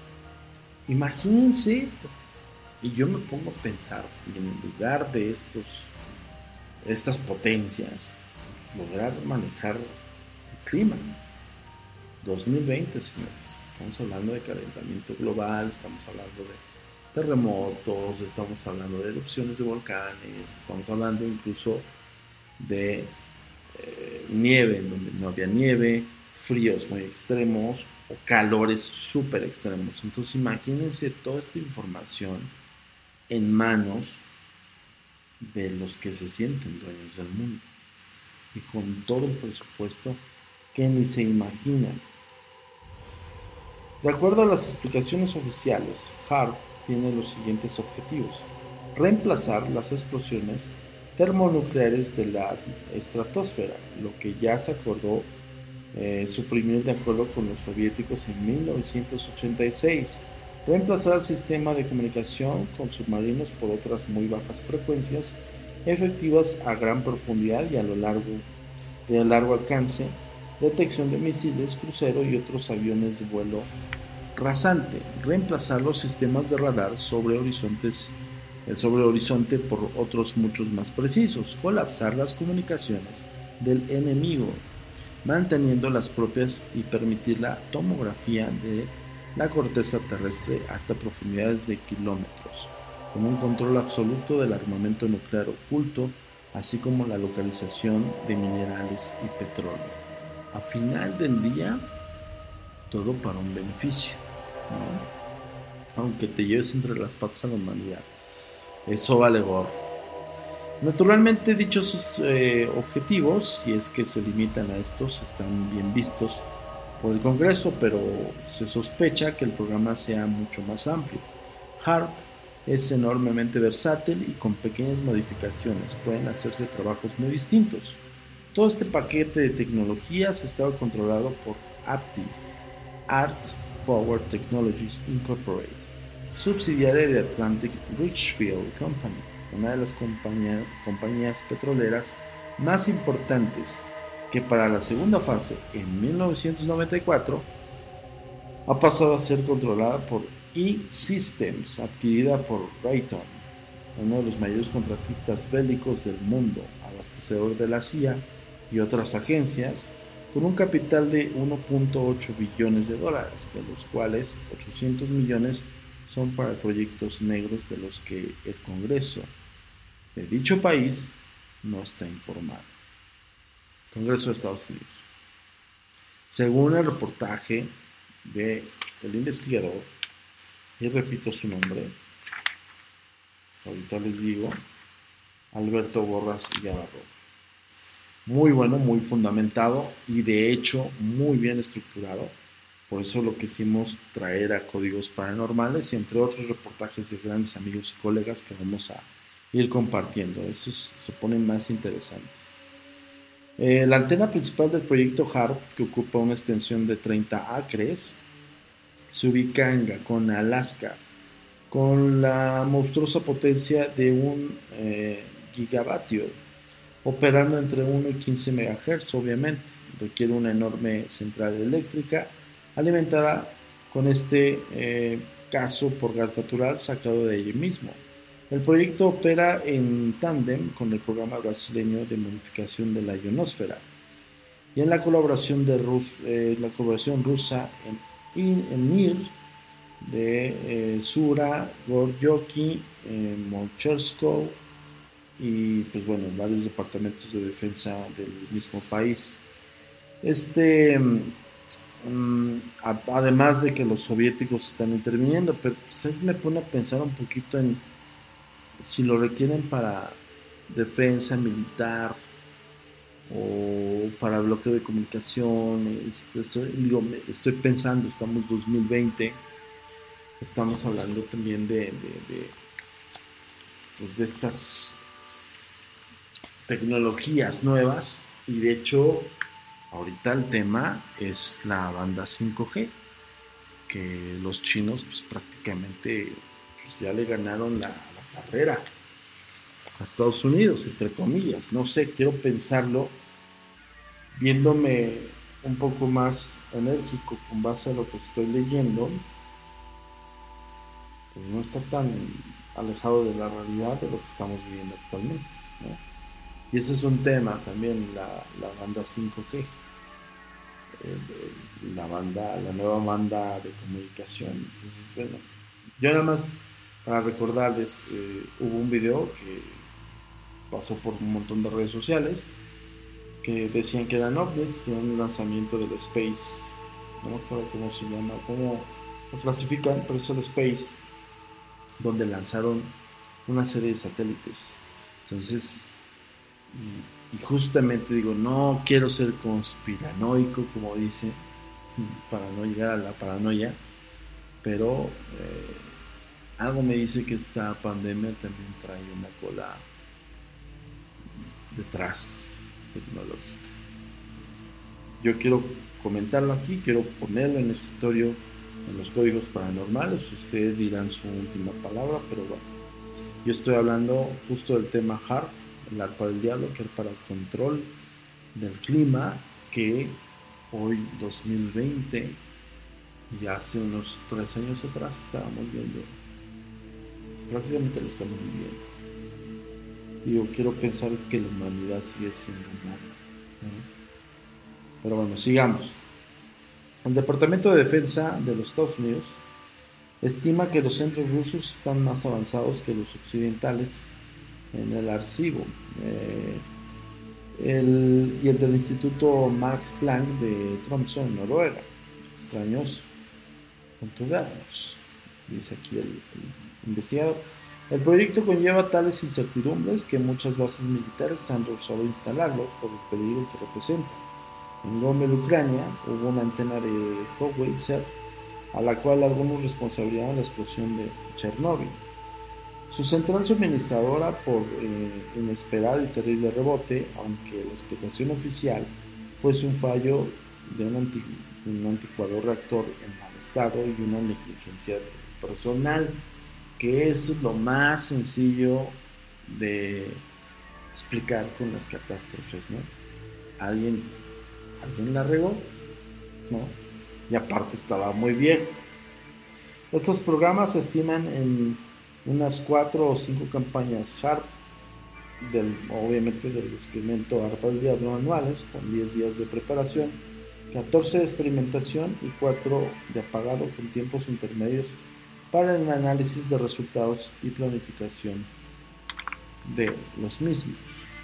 Imagínense, y yo me pongo a pensar, en el lugar de estos, estas potencias, lograr manejar el clima. dos mil veinte, señores. Estamos hablando de calentamiento global, estamos hablando de terremotos, estamos hablando de erupciones de volcanes, estamos hablando incluso de eh, nieve en donde no había nieve, fríos muy extremos o calores súper extremos. Entonces imagínense toda esta información en manos de los que se sienten dueños del mundo y con todo el presupuesto que ni se imaginan. De acuerdo a las explicaciones oficiales, HAARP tiene los siguientes objetivos: reemplazar las explosiones termonucleares de la estratosfera, lo que ya se acordó eh, suprimir de acuerdo con los soviéticos en mil novecientos ochenta y seis, reemplazar el sistema de comunicación con submarinos por otras muy bajas frecuencias, efectivas a gran profundidad y a lo largo de largo alcance, detección de misiles, crucero y otros aviones de vuelo rasante, reemplazar los sistemas de radar sobre horizontes sobre horizonte por otros muchos más precisos, colapsar las comunicaciones del enemigo, manteniendo las propias y permitir la tomografía de la corteza terrestre hasta profundidades de kilómetros, con un control absoluto del armamento nuclear oculto, así como la localización de minerales y petróleo. A final del día, todo para un beneficio, ¿no? Aunque te lleves entre las patas a la humanidad, eso vale gorro. Naturalmente, dichos eh, objetivos, y es que se limitan a estos, están bien vistos por el Congreso, pero se sospecha que el programa sea mucho más amplio. HAARP es enormemente versátil y con pequeñas modificaciones pueden hacerse trabajos muy distintos. Todo este paquete de tecnologías estaba controlado por A P T I, Art Power Technologies Incorporated, subsidiaria de Atlantic Richfield Company, una de las compañía, compañías petroleras más importantes, que para la segunda fase, en mil novecientos noventa y cuatro, ha pasado a ser controlada por E-Systems, adquirida por Raytheon, uno de los mayores contratistas bélicos del mundo, abastecedor de la C I A y otras agencias, con un capital de uno punto ocho billones de dólares, de los cuales ochocientos millones son para proyectos negros de los que el Congreso de dicho país no está informado. Congreso de Estados Unidos. Según el reportaje del investigador, y repito su nombre, ahorita les digo, Alberto Borras Yavarro. Muy bueno, muy fundamentado y de hecho muy bien estructurado. Por eso lo quisimos traer a Códigos Paranormales y entre otros reportajes de grandes amigos y colegas que vamos a ir compartiendo. Esos se ponen más interesantes. Eh, la antena principal del proyecto HAARP, que ocupa una extensión de treinta acres, se ubica en Gacona, Alaska, con la monstruosa potencia de un eh, gigavatio, operando entre uno y quince megahertz, obviamente. Requiere una enorme central eléctrica alimentada con este eh, caso por gas natural sacado de allí mismo. El proyecto opera en tándem con el programa brasileño de modificación de la ionosfera y en la colaboración, de Rus, eh, la colaboración rusa en, en Mir de eh, Sura, Goryoki, eh, Monchersko y pues bueno, varios departamentos de defensa del mismo país. Este, um, a, además de que los soviéticos están interviniendo, pero pues me pone a pensar un poquito en si lo requieren para defensa militar o para bloqueo de comunicaciones. Estoy, digo, estoy pensando, estamos en dos mil veinte, estamos hablando también de, de, de, pues de estas tecnologías nuevas y de hecho ahorita el tema es la banda cinco G, que los chinos pues prácticamente pues, ya le ganaron la carrera a Estados Unidos, entre comillas. No sé, quiero pensarlo viéndome un poco más enérgico con base a lo que estoy leyendo, pues no está tan alejado de la realidad de lo que estamos viviendo actualmente, ¿no? Y ese es un tema también, la, la banda cinco G, eh, la banda, la nueva banda de comunicación. Entonces, bueno, yo nada más para recordarles, eh, hubo un video que pasó por un montón de redes sociales que decían que eran ovnis, eran un lanzamiento del Space, no me acuerdo cómo se llama, cómo lo clasifican, pero es el Space, donde lanzaron una serie de satélites. Entonces, y, y justamente digo, no quiero ser conspiranoico, como dice, para no llegar a la paranoia, pero eh, algo me dice que esta pandemia también trae una cola detrás tecnológica. Yo quiero comentarlo aquí, quiero ponerlo en el escritorio en los códigos paranormales. Ustedes dirán su última palabra, pero bueno, yo estoy hablando justo del tema HAARP, el arpa del diablo, que es para el control del clima, que hoy dos mil veinte y hace unos tres años atrás estábamos viendo. Prácticamente lo estamos viviendo. Y yo quiero pensar que la humanidad sigue siendo humana, ¿no? Pero bueno, sigamos. El Departamento de Defensa de los Estados Unidos estima que los centros rusos están más avanzados que los occidentales en el archivo. Eh, el, y el del Instituto Max Planck de Tromsø, en Noruega. Extraños contubernos, dice aquí el, el investigador. El proyecto conlleva tales incertidumbres que muchas bases militares han rehusado instalarlo por el peligro que representa. En Gomel, Ucrania, hubo una antena de Howitzer a la cual algunos responsabilizaban la explosión de Chernóbil. Su central suministradora por eh, inesperado y terrible rebote, aunque la explicación oficial fuese un fallo de un, anti, un anticuado reactor en mal estado y una negligencia personal, que es lo más sencillo de explicar con las catástrofes, ¿no? Alguien, alguien la regó, ¿no? Y aparte estaba muy viejo. Estos programas se estiman en unas cuatro o cinco campañas HAARP, del, obviamente del experimento Arpa del Diablo anuales, con diez días de preparación, catorce de experimentación y cuatro de apagado con tiempos intermedios para el análisis de resultados y planificación de los mismos,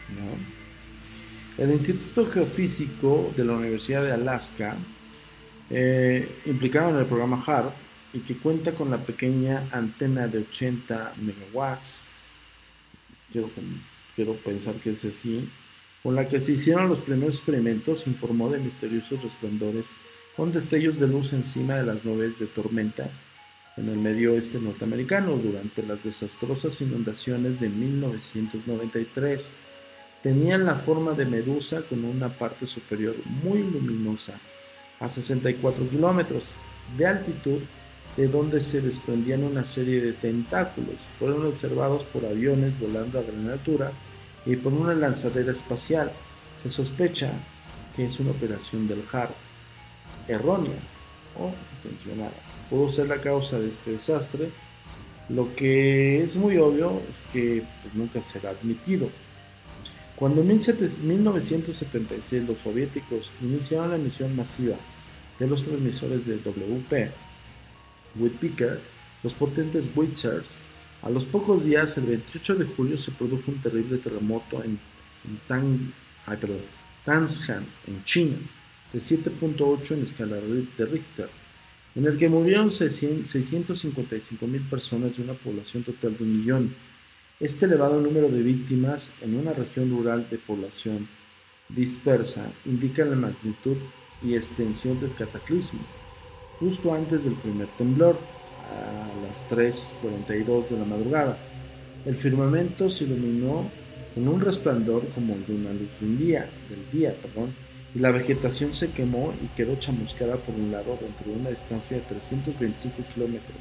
¿no? El Instituto Geofísico de la Universidad de Alaska, eh, implicado en el programa HAARP, y que cuenta con la pequeña antena de ochenta megawatts, quiero, quiero pensar que es así, con la que se hicieron los primeros experimentos, informó de misteriosos resplandores con destellos de luz encima de las nubes de tormenta en el medio oeste norteamericano durante las desastrosas inundaciones de mil novecientos noventa y tres. Tenían la forma de medusa con una parte superior muy luminosa, a sesenta y cuatro kilómetros de altitud, de donde se desprendían una serie de tentáculos. Fueron observados por aviones volando a gran altura y por una lanzadera espacial. Se sospecha que es una operación del H A R P, errónea o intencionada. Pudo ser la causa de este desastre. Lo que es muy obvio es que pues, nunca será admitido. Cuando en mil novecientos setenta y seis los soviéticos iniciaron la emisión masiva de los transmisores de W P, Whitpecker, los potentes Witzers, a los pocos días, el veintiocho de julio, se produjo un terrible terremoto en, en Tang, ay, perdón, Tanshan, en China, de siete punto ocho en escala de Richter, en el que murieron seiscientos cincuenta y cinco mil personas de una población total de un millón. Este elevado número de víctimas en una región rural de población dispersa indica la magnitud y extensión del cataclismo. Justo antes del primer temblor, a las tres cuarenta y dos de la madrugada, el firmamento se iluminó con un resplandor como el de una luz de un día, del día, perdón, y la vegetación se quemó y quedó chamuscada por un lado dentro de una distancia de trescientos veinticinco kilómetros.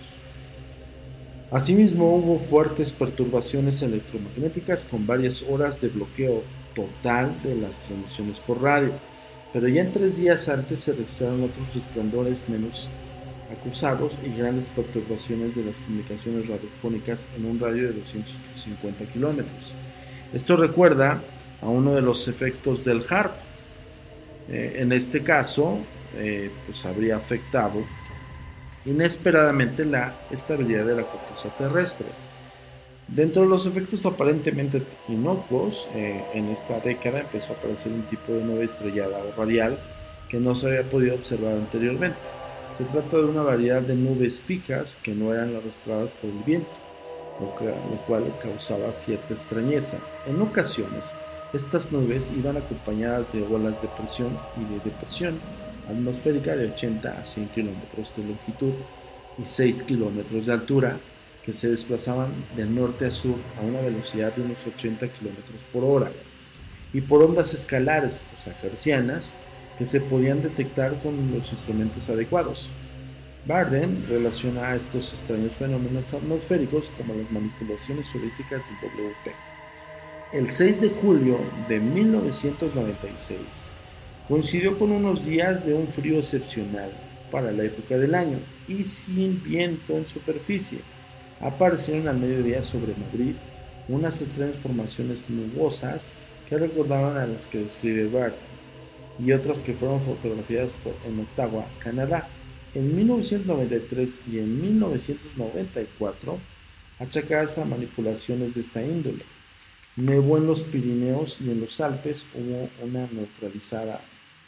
Asimismo, hubo fuertes perturbaciones electromagnéticas con varias horas de bloqueo total de las transmisiones por radio, pero ya en tres días antes se registraron otros resplandores menos acusados y grandes perturbaciones de las comunicaciones radiofónicas en un radio de doscientos cincuenta kilómetros. Esto recuerda a uno de los efectos del H A R P. Eh, en este caso, eh, pues habría afectado inesperadamente la estabilidad de la corteza terrestre. Dentro de los efectos aparentemente inocuos, eh, en esta década empezó a aparecer un tipo de nube estrellada o radial que no se había podido observar anteriormente. Se trata de una variedad de nubes fijas que no eran arrastradas por el viento, lo, que, lo cual causaba cierta extrañeza. En ocasiones, estas nubes iban acompañadas de olas de presión y de depresión atmosférica de ochenta a cien kilómetros de longitud y seis kilómetros de altura, que se desplazaban de norte a sur a una velocidad de unos ochenta kilómetros por hora, y por ondas escalares, o sea, hertzianas, que se podían detectar con los instrumentos adecuados. Barden relaciona a estos extraños fenómenos atmosféricos como las manipulaciones soviéticas del W P. El seis de julio de mil novecientos noventa y seis coincidió con unos días de un frío excepcional para la época del año y sin viento en superficie. Aparecieron al mediodía sobre Madrid unas extrañas formaciones nubosas que recordaban a las que describe Bard, y otras que fueron fotografiadas por, en Ottawa, Canadá, en mil novecientos noventa y tres y en mil novecientos noventa y cuatro, achacadas a manipulaciones de esta índole. Nevó en los Pirineos y en los Alpes hubo una neutralizada,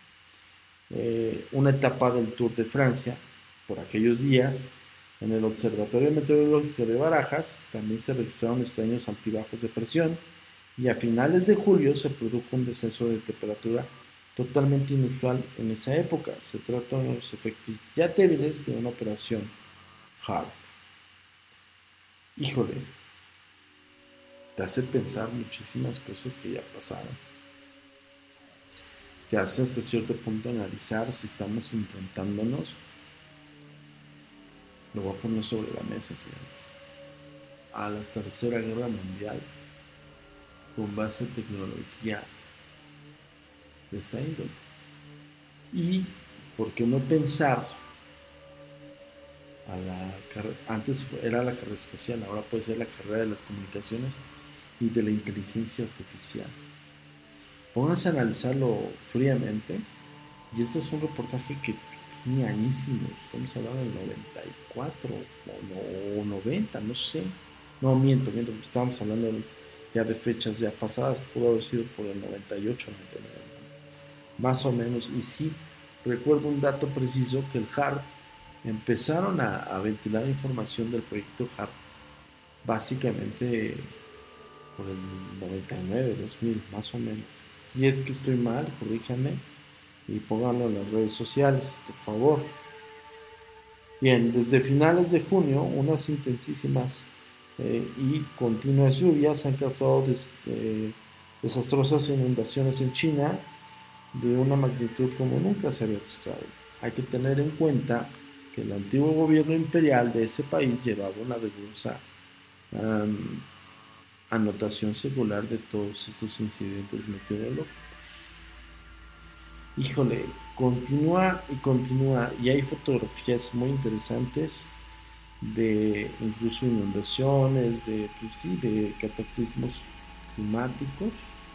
eh, una etapa del Tour de Francia por aquellos días. En el Observatorio Meteorológico de Barajas también se registraron extraños altibajos de presión, y a finales de julio se produjo un descenso de temperatura totalmente inusual en esa época. Se trata de los efectos ya débiles de una operación H A R P. Híjole, te hace pensar muchísimas cosas que ya pasaron. Te hace hasta cierto punto analizar si estamos enfrentándonos. Lo voy a poner sobre la mesa, señores, a la Tercera Guerra Mundial con base en tecnología de esta índole. Y por qué no pensar a la carrera, antes era la carrera espacial, ahora puede ser la carrera de las comunicaciones y de la inteligencia artificial. Pónganse a analizarlo fríamente, y este es un reportaje que tiene añísimos, estamos hablando del noventa y cuatro o noventa, no sé, no miento, miento, estábamos hablando ya de fechas ya pasadas, pudo haber sido por el noventa y ocho, noventa y nueve, más o menos. Y sí, recuerdo un dato preciso, que el H A R P empezaron a, a ventilar información del proyecto HARP básicamente por el noventa y nueve, dos mil, más o menos. Si es que estoy mal, corríjanme y pónganlo en las redes sociales, por favor. Bien, desde finales de junio, unas intensísimas eh, y continuas lluvias han causado des, eh, desastrosas inundaciones en China de una magnitud como nunca se había registrado. Hay que tener en cuenta que el antiguo gobierno imperial de ese país llevaba una rigurosa um, anotación secular de todos estos incidentes meteorológicos. Híjole, continúa y continúa, y hay fotografías muy interesantes de incluso inundaciones, de, pues sí, de cataclismos climáticos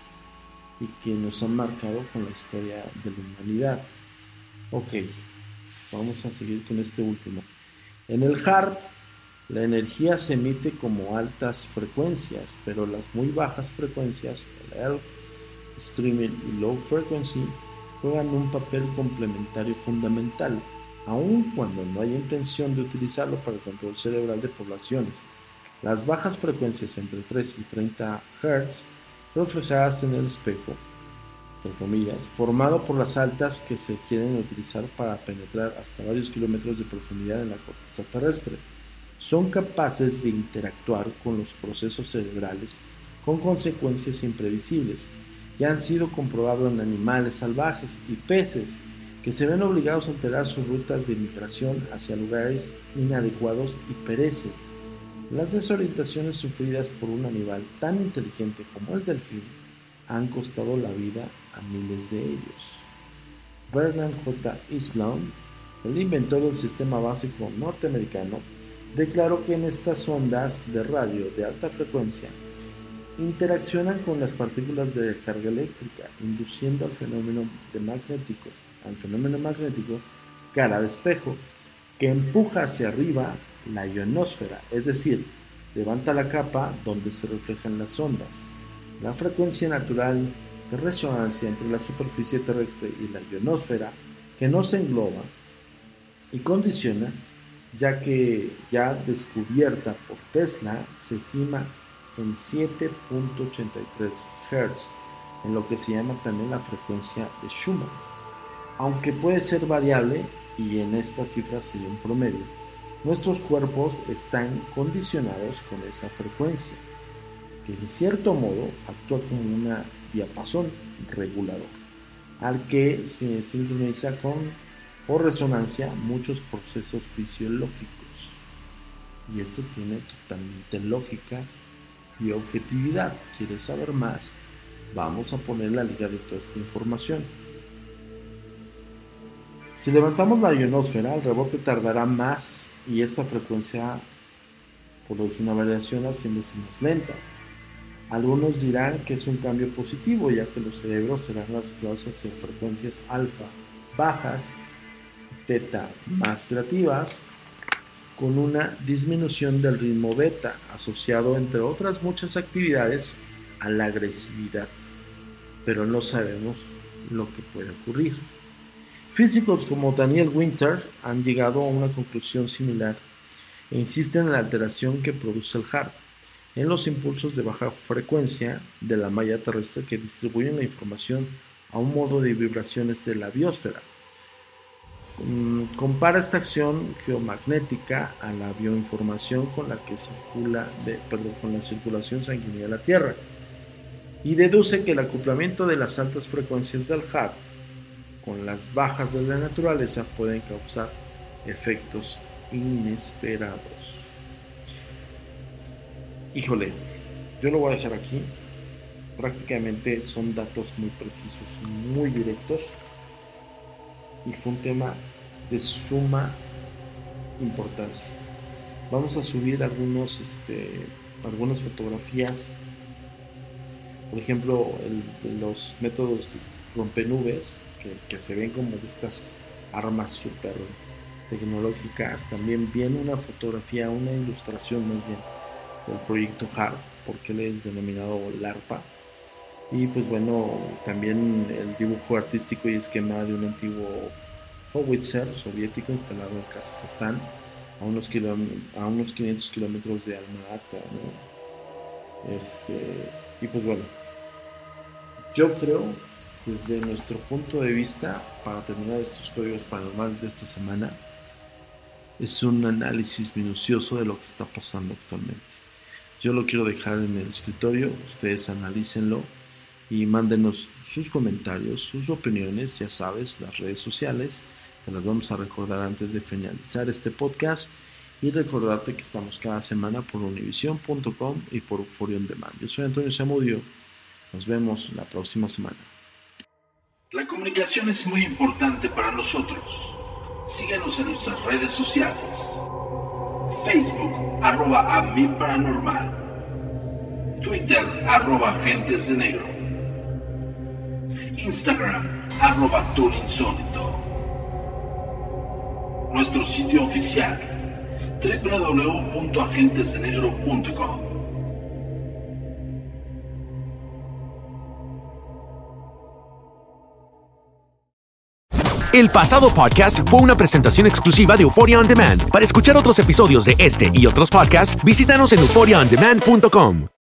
y que nos han marcado con la historia de la humanidad. Ok, vamos a seguir con este último. En el HARP, la energía se emite como altas frecuencias, pero las muy bajas frecuencias, el E L F, Streaming y Low Frequency, juegan un papel complementario fundamental, aun cuando no hay intención de utilizarlo para el control cerebral de poblaciones. Las bajas frecuencias entre tres y treinta hertz, reflejadas en el espejo, entre comillas, formado por las altas que se quieren utilizar para penetrar hasta varios kilómetros de profundidad en la corteza terrestre, son capaces de interactuar con los procesos cerebrales con consecuencias imprevisibles. Ya han sido comprobados en animales salvajes y peces que se ven obligados a alterar sus rutas de migración hacia lugares inadecuados y perecen. Las desorientaciones sufridas por un animal tan inteligente como el delfín han costado la vida a miles de ellos. Bernard J. Islam, el inventor del sistema básico norteamericano, declaró que en estas ondas de radio de alta frecuencia interaccionan con las partículas de carga eléctrica, induciendo al fenómeno de magnético, al fenómeno magnético cara de espejo, que empuja hacia arriba la ionosfera, es decir, levanta la capa donde se reflejan las ondas. La frecuencia natural de resonancia entre la superficie terrestre y la ionosfera, que no se engloba y condiciona, ya que ya descubierta por Tesla, se estima en siete punto ochenta y tres hertz, en lo que se llama también la frecuencia de Schumann, aunque puede ser variable y en estas cifras sigue un promedio. Nuestros cuerpos están condicionados con esa frecuencia, que en cierto modo actúa como un diapasón regulador, al que se sincroniza con, por resonancia, muchos procesos fisiológicos. Y esto tiene totalmente lógica y objetividad. ¿Quieres saber más? Vamos a poner la liga de toda esta información. Si levantamos la ionosfera, el rebote tardará más y esta frecuencia produce una variación haciéndose más lenta. Algunos dirán que es un cambio positivo, ya que los cerebros serán arrastrados hacia frecuencias alfa bajas, teta más creativas, con una disminución del ritmo beta, asociado entre otras muchas actividades a la agresividad, pero no sabemos lo que puede ocurrir. Físicos como Daniel Winter han llegado a una conclusión similar e insisten en la alteración que produce el HARP en los impulsos de baja frecuencia de la malla terrestre que distribuyen la información a un modo de vibraciones de la biosfera. Compara esta acción geomagnética a la bioinformación con la que circula de, perdón, con la circulación sanguínea de la Tierra y deduce que el acoplamiento de las altas frecuencias del HARP con las bajas de la naturaleza pueden causar efectos inesperados. Híjole, yo lo voy a dejar aquí. Prácticamente son datos muy precisos, muy directos. Y fue un tema de suma importancia. Vamos a subir algunos, este, algunas fotografías, por ejemplo, el, de los métodos rompenubes, que, que se ven como de estas armas súper tecnológicas. También viene una fotografía, una ilustración más bien, del proyecto HARP, porque él es denominado LARPA. Y pues bueno, también el dibujo artístico y esquema de un antiguo howitzer soviético instalado en Kazajstán, a unos, kilómetros, a unos quinientos kilómetros de Alma-Ata, ¿no? Este, y pues bueno, yo creo, desde nuestro punto de vista, para terminar estos códigos paranormales de esta semana, es un análisis minucioso de lo que está pasando actualmente. Yo lo quiero dejar en el escritorio, ustedes analícenlo y mándenos sus comentarios, sus opiniones, ya sabes, las redes sociales, te las vamos a recordar antes de finalizar este podcast y recordarte que estamos cada semana por univision punto com y por Euphoria On Demand. Yo soy Antonio Zamudio, nos vemos la próxima semana. La comunicación es muy importante para nosotros. Síguenos en nuestras redes sociales. Facebook, arroba a mi paranormal. Twitter, arroba agentes de negro. Instagram, arroba tour insólito. Nuestro sitio oficial, doble u doble u doble u punto agentes de negro punto com. El pasado podcast fue una presentación exclusiva de Euphoria On Demand. Para escuchar otros episodios de este y otros podcasts, visítanos en euphoria on demand punto com.